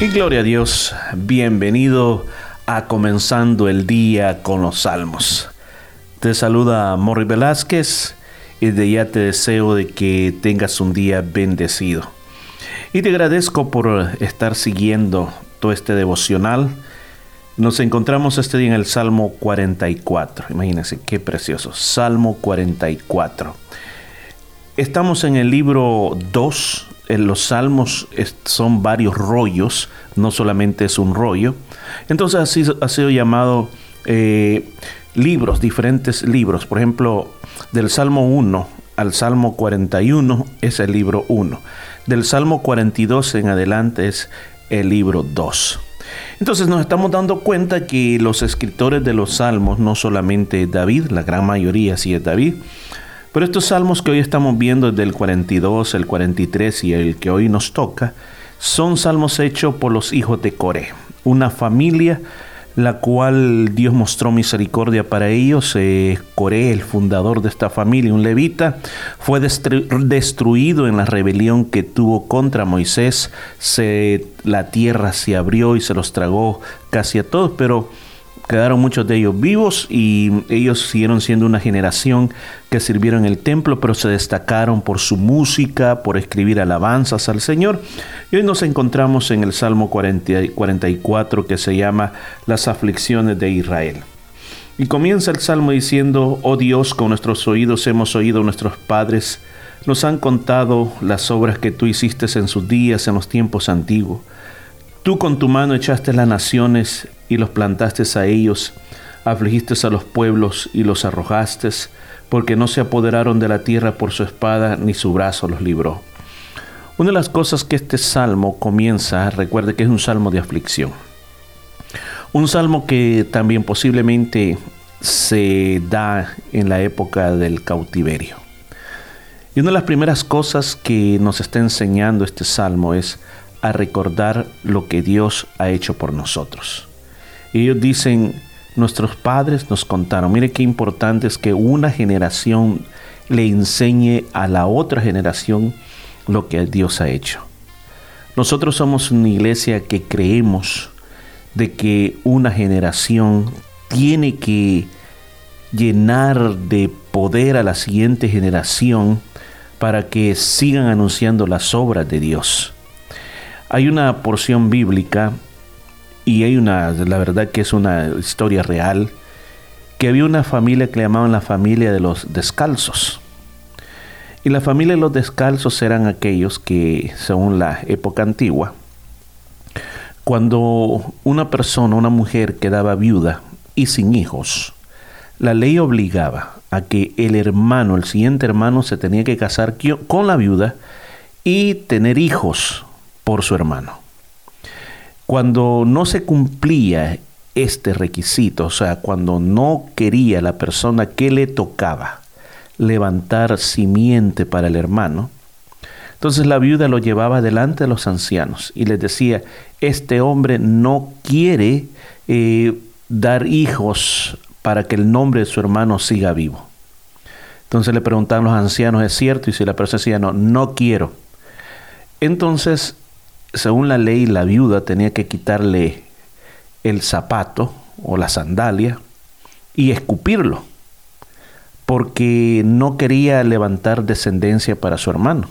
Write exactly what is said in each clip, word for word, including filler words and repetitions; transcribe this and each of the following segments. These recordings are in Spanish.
Gloria a Dios, bienvenido a Comenzando el Día con los Salmos. Te saluda Morri Velázquez y de ya te deseo de que tengas un día bendecido. Y te agradezco por estar siguiendo todo este devocional. Nos encontramos este día en el Salmo cuarenta y cuatro. Imagínense qué precioso, Salmo cuarenta y cuatro. Estamos en el libro dos. En los salmos son varios rollos, no solamente es un rollo. Entonces así ha sido llamado eh, libros, diferentes libros. Por ejemplo, del Salmo uno al Salmo cuarenta y uno es el libro uno. Del Salmo cuarenta y dos en adelante es el libro dos. Entonces nos estamos dando cuenta que los escritores de los salmos, no solamente David, la gran mayoría sí es David, pero estos salmos que hoy estamos viendo, desde el cuarenta y dos, el cuarenta y tres y el que hoy nos toca, son salmos hechos por los hijos de Coré, una familia la cual Dios mostró misericordia para ellos. Eh, Coré, el fundador de esta familia, un levita, fue destru- destruido en la rebelión que tuvo contra Moisés. Se, la tierra se abrió y se los tragó casi a todos, pero quedaron muchos de ellos vivos y ellos siguieron siendo una generación que sirvieron en el templo, pero se destacaron por su música, por escribir alabanzas al Señor. Y hoy nos encontramos en el Salmo cuarenta, cuarenta y cuatro, que se llama Las aflicciones de Israel. Y comienza el Salmo diciendo: Oh Dios, con nuestros oídos hemos oído, nuestros padres nos han contado las obras que tú hiciste en sus días, en los tiempos antiguos. Tú con tu mano echaste las naciones y los plantaste a ellos, afligiste a los pueblos y los arrojaste, porque no se apoderaron de la tierra por su espada, ni su brazo los libró. Una de las cosas que este salmo comienza, recuerde que es un salmo de aflicción. Un salmo que también posiblemente se da en la época del cautiverio. Y una de las primeras cosas que nos está enseñando este salmo es a recordar lo que Dios ha hecho por nosotros. Y ellos dicen, nuestros padres nos contaron. Mire qué importante es que una generación le enseñe a la otra generación lo que Dios ha hecho. Nosotros somos una iglesia que creemos de que una generación tiene que llenar de poder a la siguiente generación para que sigan anunciando las obras de Dios. Hay una porción bíblica y hay una, la verdad que es una historia real, que había una familia que le llamaban la familia de los descalzos. Y la familia de los descalzos eran aquellos que, según la época antigua, cuando una persona, una mujer quedaba viuda y sin hijos, la ley obligaba a que el hermano, el siguiente hermano, se tenía que casar con la viuda y tener hijos por su hermano. Cuando no se cumplía este requisito, o sea, cuando no quería la persona que le tocaba levantar simiente para el hermano, entonces la viuda lo llevaba delante de los ancianos y les decía: este hombre no quiere eh, dar hijos para que el nombre de su hermano siga vivo. Entonces le preguntaban los ancianos, ¿es cierto? Y si la persona decía, no, no quiero. Entonces, según la ley, la viuda tenía que quitarle el zapato o la sandalia y escupirlo, porque no quería levantar descendencia para su hermano.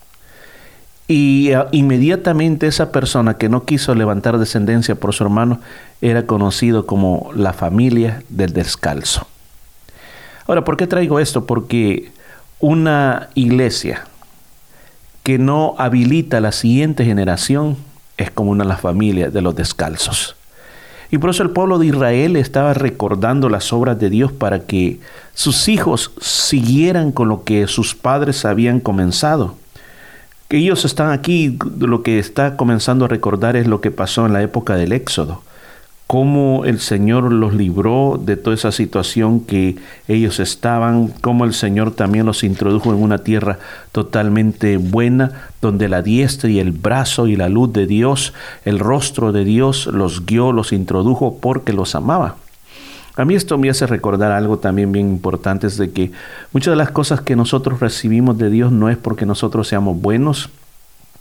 Y uh, inmediatamente esa persona que no quiso levantar descendencia por su hermano era conocido como la familia del descalzo. Ahora, ¿por qué traigo esto? Porque una iglesia que no habilita a la siguiente generación es como una de las familias de los descalzos. Y por eso el pueblo de Israel estaba recordando las obras de Dios para que sus hijos siguieran con lo que sus padres habían comenzado. Que ellos están aquí, lo que está comenzando a recordar es lo que pasó en la época del Éxodo. Cómo el Señor los libró de toda esa situación que ellos estaban, cómo el Señor también los introdujo en una tierra totalmente buena, donde la diestra y el brazo y la luz de Dios, el rostro de Dios los guió, los introdujo porque los amaba. A mí esto me hace recordar algo también bien importante, es de que muchas de las cosas que nosotros recibimos de Dios no es porque nosotros seamos buenos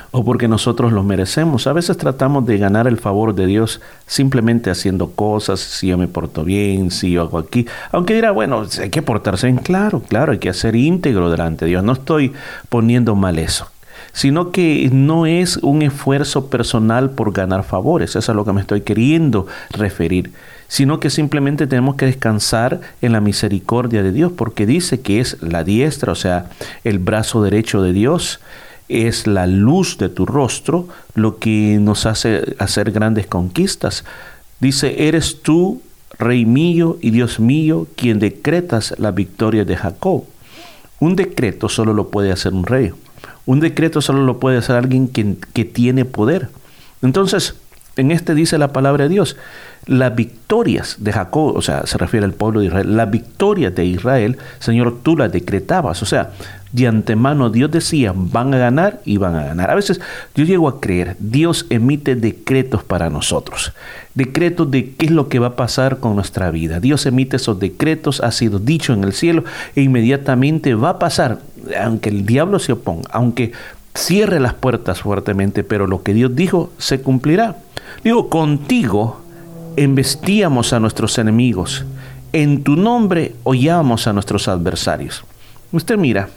o porque nosotros lo merecemos. A veces tratamos de ganar el favor de Dios simplemente haciendo cosas, si yo me porto bien, si yo hago aquí. Aunque dirá, bueno, hay que portarse bien, claro, claro, hay que ser íntegro delante de Dios. No estoy poniendo mal eso, sino que no es un esfuerzo personal por ganar favores, eso es a lo que me estoy queriendo referir, sino que simplemente tenemos que descansar en la misericordia de Dios, porque dice que es la diestra, o sea, el brazo derecho de Dios, es la luz de tu rostro, lo que nos hace hacer grandes conquistas. Dice, eres tú, Rey mío y Dios mío, quien decretas la victoria de Jacob. Un decreto solo lo puede hacer un rey. Un decreto solo lo puede hacer alguien que, que tiene poder. Entonces, en este dice la palabra de Dios, las victorias de Jacob, o sea, se refiere al pueblo de Israel, las victorias de Israel, Señor, tú las decretabas. O sea, de antemano Dios decía, van a ganar y van a ganar. A veces yo llego a creer, Dios emite decretos para nosotros. Decretos de qué es lo que va a pasar con nuestra vida. Dios emite esos decretos, ha sido dicho en el cielo e inmediatamente va a pasar, aunque el diablo se oponga, aunque cierre las puertas fuertemente, pero lo que Dios dijo se cumplirá. Digo, contigo embestíamos a nuestros enemigos, en tu nombre hollábamos a nuestros adversarios. Usted mira,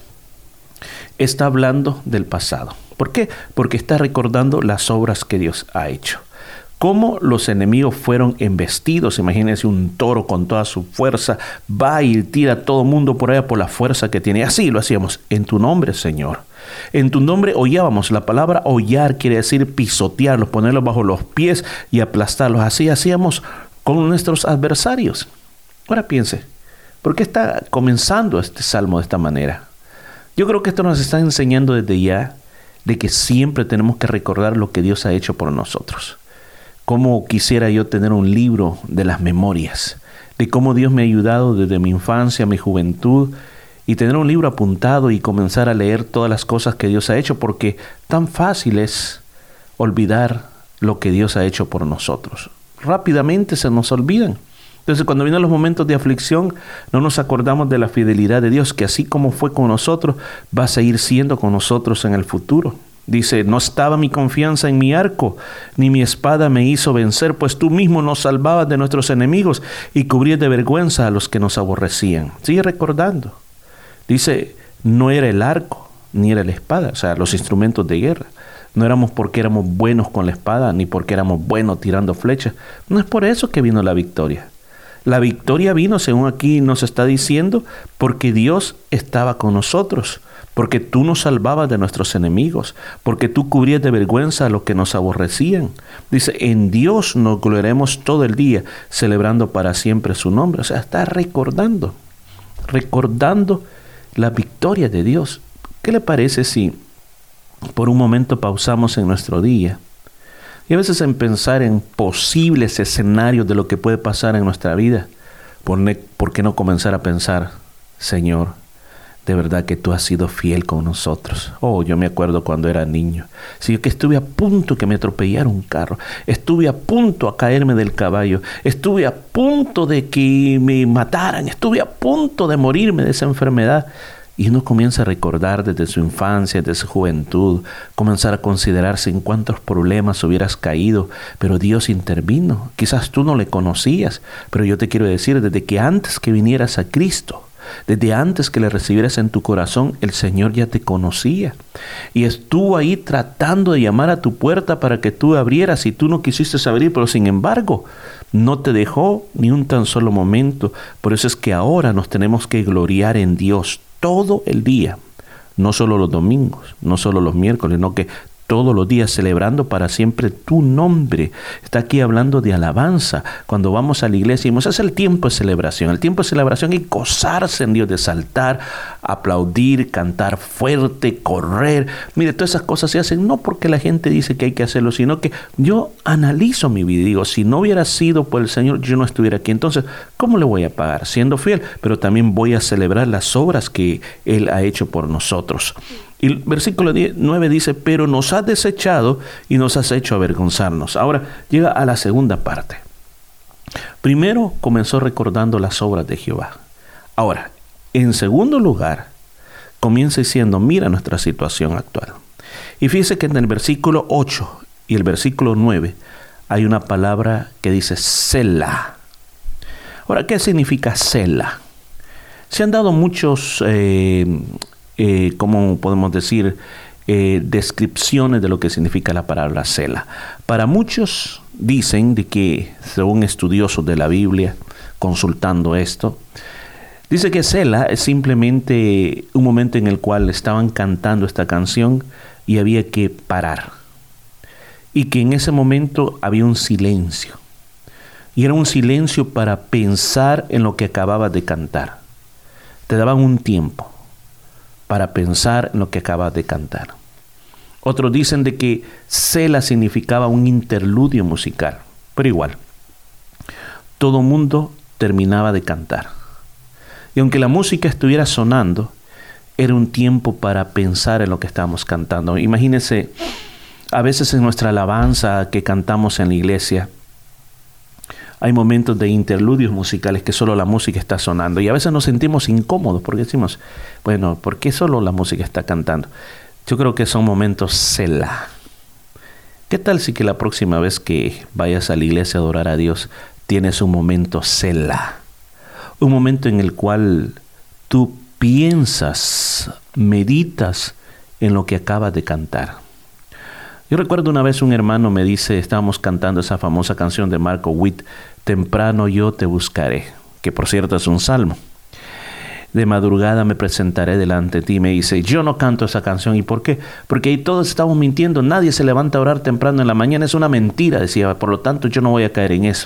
está hablando del pasado. ¿Por qué? Porque está recordando las obras que Dios ha hecho. Cómo los enemigos fueron embestidos. Imagínense un toro con toda su fuerza, va y tira a todo mundo por allá por la fuerza que tiene. Así lo hacíamos en tu nombre, Señor. En tu nombre hollábamos. La palabra hollar quiere decir pisotearlos, ponerlos bajo los pies y aplastarlos. Así hacíamos con nuestros adversarios. Ahora piense, ¿por qué está comenzando este salmo de esta manera? Yo creo que esto nos está enseñando desde ya de que siempre tenemos que recordar lo que Dios ha hecho por nosotros. Cómo quisiera yo tener un libro de las memorias, de cómo Dios me ha ayudado desde mi infancia, mi juventud, y tener un libro apuntado y comenzar a leer todas las cosas que Dios ha hecho, porque tan fácil es olvidar lo que Dios ha hecho por nosotros. Rápidamente se nos olvidan. Entonces, cuando vienen los momentos de aflicción, no nos acordamos de la fidelidad de Dios, que así como fue con nosotros, va a seguir siendo con nosotros en el futuro. Dice, no estaba mi confianza en mi arco, ni mi espada me hizo vencer, pues tú mismo nos salvabas de nuestros enemigos y cubrías de vergüenza a los que nos aborrecían. Sigue recordando. Dice, no era el arco, ni era la espada, o sea, los instrumentos de guerra. No éramos porque éramos buenos con la espada, ni porque éramos buenos tirando flechas. No es por eso que vino la victoria. La victoria vino, según aquí nos está diciendo, porque Dios estaba con nosotros, porque tú nos salvabas de nuestros enemigos, porque tú cubrías de vergüenza a los que nos aborrecían. Dice, en Dios nos gloriaremos todo el día, celebrando para siempre su nombre. O sea, está recordando, recordando la victoria de Dios. ¿Qué le parece si por un momento pausamos en nuestro día? Y a veces en pensar en posibles escenarios de lo que puede pasar en nuestra vida, ¿por qué no comenzar a pensar, Señor, de verdad que tú has sido fiel con nosotros? Oh, yo me acuerdo cuando era niño. Sí, que estuve a punto que me atropellara un carro. Estuve a punto a caerme del caballo. Estuve a punto de que me mataran. Estuve a punto de morirme de esa enfermedad. Y uno comienza a recordar desde su infancia, desde su juventud, comenzar a considerarse en cuántos problemas hubieras caído, pero Dios intervino. Quizás tú no le conocías, pero yo te quiero decir, desde que antes que vinieras a Cristo, desde antes que le recibieras en tu corazón, el Señor ya te conocía. Y estuvo ahí tratando de llamar a tu puerta para que tú abrieras y tú no quisiste abrir, pero sin embargo, no te dejó ni un tan solo momento. Por eso es que ahora nos tenemos que gloriar en Dios todo el día, no solo los domingos, no solo los miércoles, sino que todos los días celebrando para siempre tu nombre. Está aquí hablando de alabanza. Cuando vamos a la iglesia y decimos, es el tiempo de celebración. El tiempo de celebración es gozarse en Dios, de saltar, aplaudir, cantar fuerte, correr. Mire, todas esas cosas se hacen no porque la gente dice que hay que hacerlo, sino que yo analizo mi vida y digo, si no hubiera sido por el Señor, yo no estuviera aquí. Entonces, ¿cómo le voy a pagar? Siendo fiel, pero también voy a celebrar las obras que Él ha hecho por nosotros. Y el versículo nueve dice, pero nos has desechado y nos has hecho avergonzarnos. Ahora llega a la segunda parte. Primero comenzó recordando las obras de Jehová. Ahora, en segundo lugar, comienza diciendo, mira nuestra situación actual. Y fíjese que en el versículo ocho y el versículo nueve hay una palabra que dice Selah. Ahora, ¿qué significa Selah? Se han dado muchos, eh, eh, ¿cómo podemos decir?, eh, descripciones de lo que significa la palabra Selah. Para muchos dicen de que, según estudiosos de la Biblia, consultando esto, dice que Selah es simplemente un momento en el cual estaban cantando esta canción y había que parar. Y que en ese momento había un silencio. Y era un silencio para pensar en lo que acababas de cantar. Te daban un tiempo para pensar en lo que acabas de cantar. Otros dicen de que Selah significaba un interludio musical. Pero igual, todo mundo terminaba de cantar. Y aunque la música estuviera sonando, era un tiempo para pensar en lo que estábamos cantando. Imagínense, a veces en nuestra alabanza que cantamos en la iglesia, hay momentos de interludios musicales que solo la música está sonando. Y a veces nos sentimos incómodos porque decimos, bueno, ¿por qué solo la música está cantando? Yo creo que son momentos Selah. ¿Qué tal si que la próxima vez que vayas a la iglesia a adorar a Dios, tienes un momento Selah? Un momento en el cual tú piensas, meditas en lo que acabas de cantar. Yo recuerdo una vez un hermano me dice, estábamos cantando esa famosa canción de Marco Witt, Temprano yo te buscaré, que por cierto es un salmo. De madrugada me presentaré delante de ti. Me dice, yo no canto esa canción. ¿Y por qué? Porque ahí todos estamos mintiendo. Nadie se levanta a orar temprano en la mañana. Es una mentira, decía. Por lo tanto, yo no voy a caer en eso.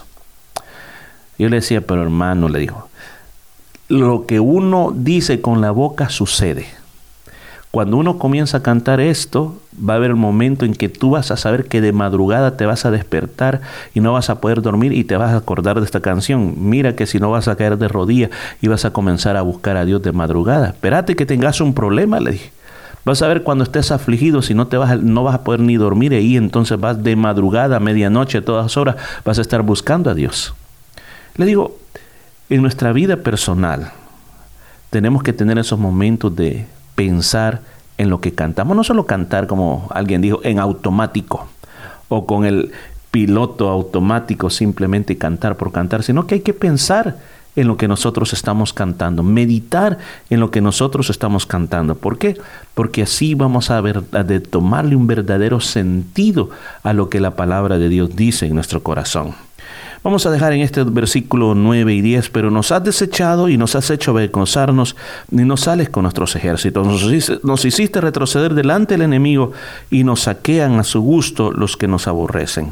Yo le decía, pero hermano, le digo, lo que uno dice con la boca sucede. Cuando uno comienza a cantar esto, va a haber el momento en que tú vas a saber que de madrugada te vas a despertar y no vas a poder dormir y te vas a acordar de esta canción. Mira que si no vas a caer de rodillas y vas a comenzar a buscar a Dios de madrugada. Espérate que tengas un problema, le dije. Vas a ver cuando estés afligido, si no te vas a, no vas a poder ni dormir ahí, entonces vas de madrugada, medianoche, a todas horas, vas a estar buscando a Dios. Le digo, en nuestra vida personal tenemos que tener esos momentos de pensar en lo que cantamos. No solo cantar, como alguien dijo, en automático o con el piloto automático, simplemente cantar por cantar, sino que hay que pensar en lo que nosotros estamos cantando, meditar en lo que nosotros estamos cantando. ¿Por qué? Porque así vamos a, ver, a de tomarle un verdadero sentido a lo que la palabra de Dios dice en nuestro corazón. Vamos a dejar en este versículo nueve y diez, pero nos has desechado y nos has hecho avergonzarnos, y no sales con nuestros ejércitos. Nos hiciste, nos hiciste retroceder delante del enemigo y nos saquean a su gusto los que nos aborrecen.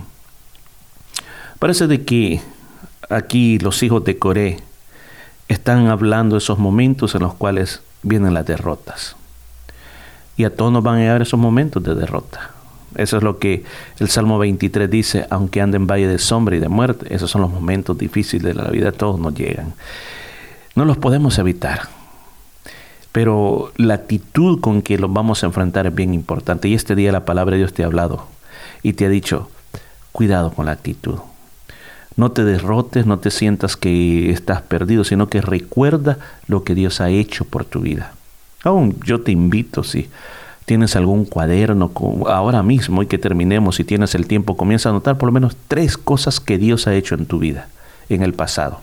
Parece de que aquí los hijos de Coré están hablando de esos momentos en los cuales vienen las derrotas. Y a todos nos van a llegar esos momentos de derrota. Eso es lo que el Salmo veintitrés dice, aunque ande en valle de sombra y de muerte, esos son los momentos difíciles de la vida, todos nos llegan. No los podemos evitar, pero la actitud con que los vamos a enfrentar es bien importante. Y este día la palabra de Dios te ha hablado y te ha dicho, cuidado con la actitud. No te derrotes, no te sientas que estás perdido, sino que recuerda lo que Dios ha hecho por tu vida. Aún yo te invito, sí. Tienes algún cuaderno, ahora mismo y que terminemos, si tienes el tiempo, comienza a anotar por lo menos tres cosas que Dios ha hecho en tu vida, en el pasado.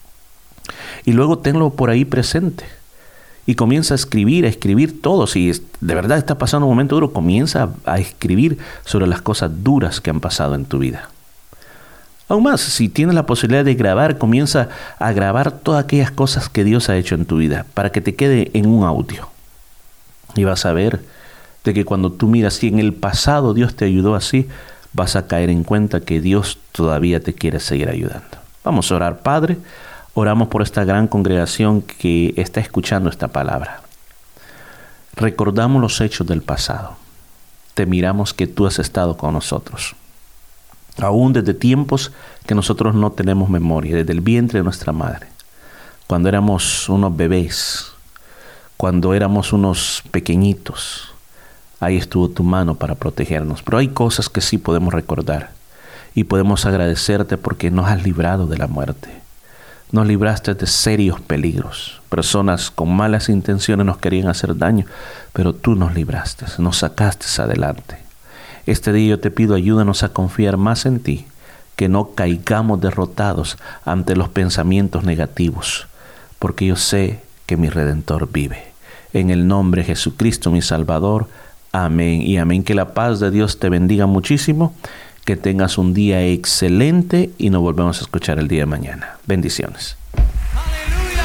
Y luego tenlo por ahí presente. Y comienza a escribir, a escribir todo. Si de verdad está pasando un momento duro, comienza a escribir sobre las cosas duras que han pasado en tu vida. Aún más, si tienes la posibilidad de grabar, comienza a grabar todas aquellas cosas que Dios ha hecho en tu vida, para que te quede en un audio. Y vas a ver de que cuando tú miras si en el pasado Dios te ayudó así, vas a caer en cuenta que Dios todavía te quiere seguir ayudando. Vamos a orar, Padre. Oramos por esta gran congregación que está escuchando esta palabra. Recordamos los hechos del pasado. Te miramos que tú has estado con nosotros. Aún desde tiempos que nosotros no tenemos memoria, desde el vientre de nuestra madre. Cuando éramos unos bebés, cuando éramos unos pequeñitos, ahí estuvo tu mano para protegernos. Pero hay cosas que sí podemos recordar y podemos agradecerte porque nos has librado de la muerte, Nos libraste de serios peligros. Personas con malas intenciones nos querían hacer daño, pero tú nos libraste, nos sacaste adelante. Este día yo te pido, ayúdanos a confiar más en ti, que no caigamos derrotados ante los pensamientos negativos, porque yo sé que mi Redentor vive. En el nombre de Jesucristo, mi Salvador. Amén y amén. Que la paz de Dios te bendiga muchísimo. Que tengas un día excelente y nos volvemos a escuchar el día de mañana. Bendiciones. ¡Aleluya!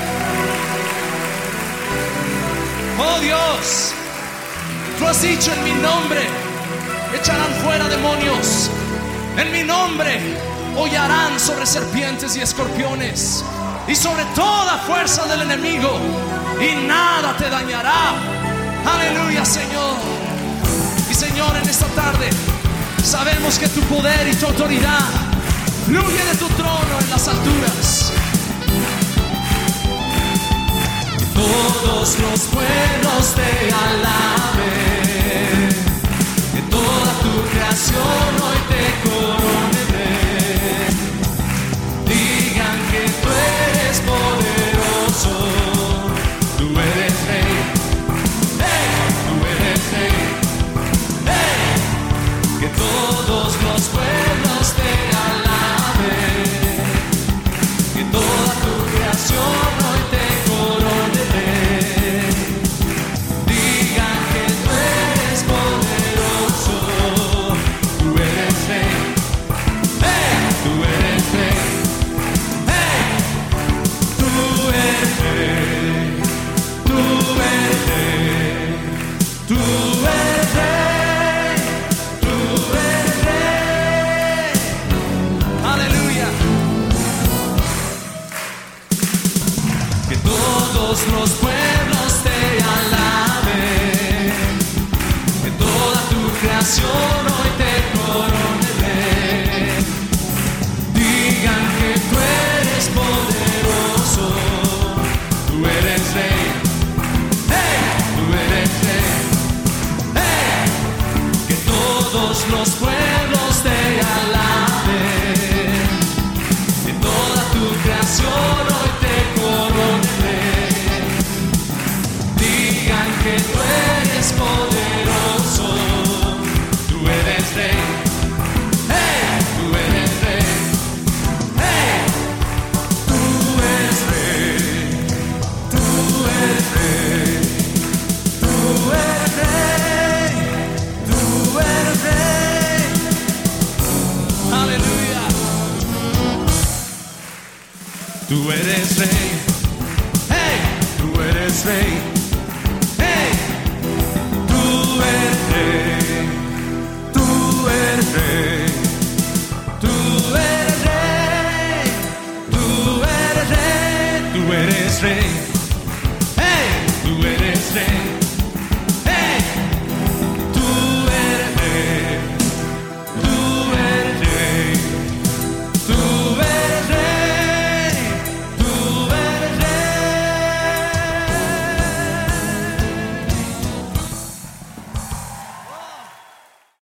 ¡Oh Dios! Tú has dicho: en mi nombre echarán fuera demonios. En mi nombre hollarán sobre serpientes y escorpiones y sobre toda fuerza del enemigo, y nada te dañará. ¡Aleluya, Señor! Y Señor, en esta tarde sabemos que tu poder y tu autoridad fluye de tu trono en las alturas. Todos los pueblos te alaben, que toda tu creación hoy te corone. Digan que tú eres poderoso, tú eres rey, hey, tú eres rey, hey. Que todos los pueblos te alaben, que toda tu creación hoy te corone. Digan que tú eres poderoso, tú eres rey, hey, tú eres rey, hey, tú eres rey, tú eres rey, tú eres rey, tú eres rey. Aleluya. Que todos los pueblos te alaben, que toda tu creación hoy te corone. Digan que tú eres poderoso, tú eres rey, hey, tú eres rey, hey. Que todos los pueblos te alaben, que toda tu creación hoy te corone. Digan que tú eres poderoso, tú eres rey, hey, tú eres rey, hey, tú eres rey, tú eres rey, tú eres rey, tú eres rey. Aleluya. Tú eres rey, hey, tú eres rey, hey, tú eres rey.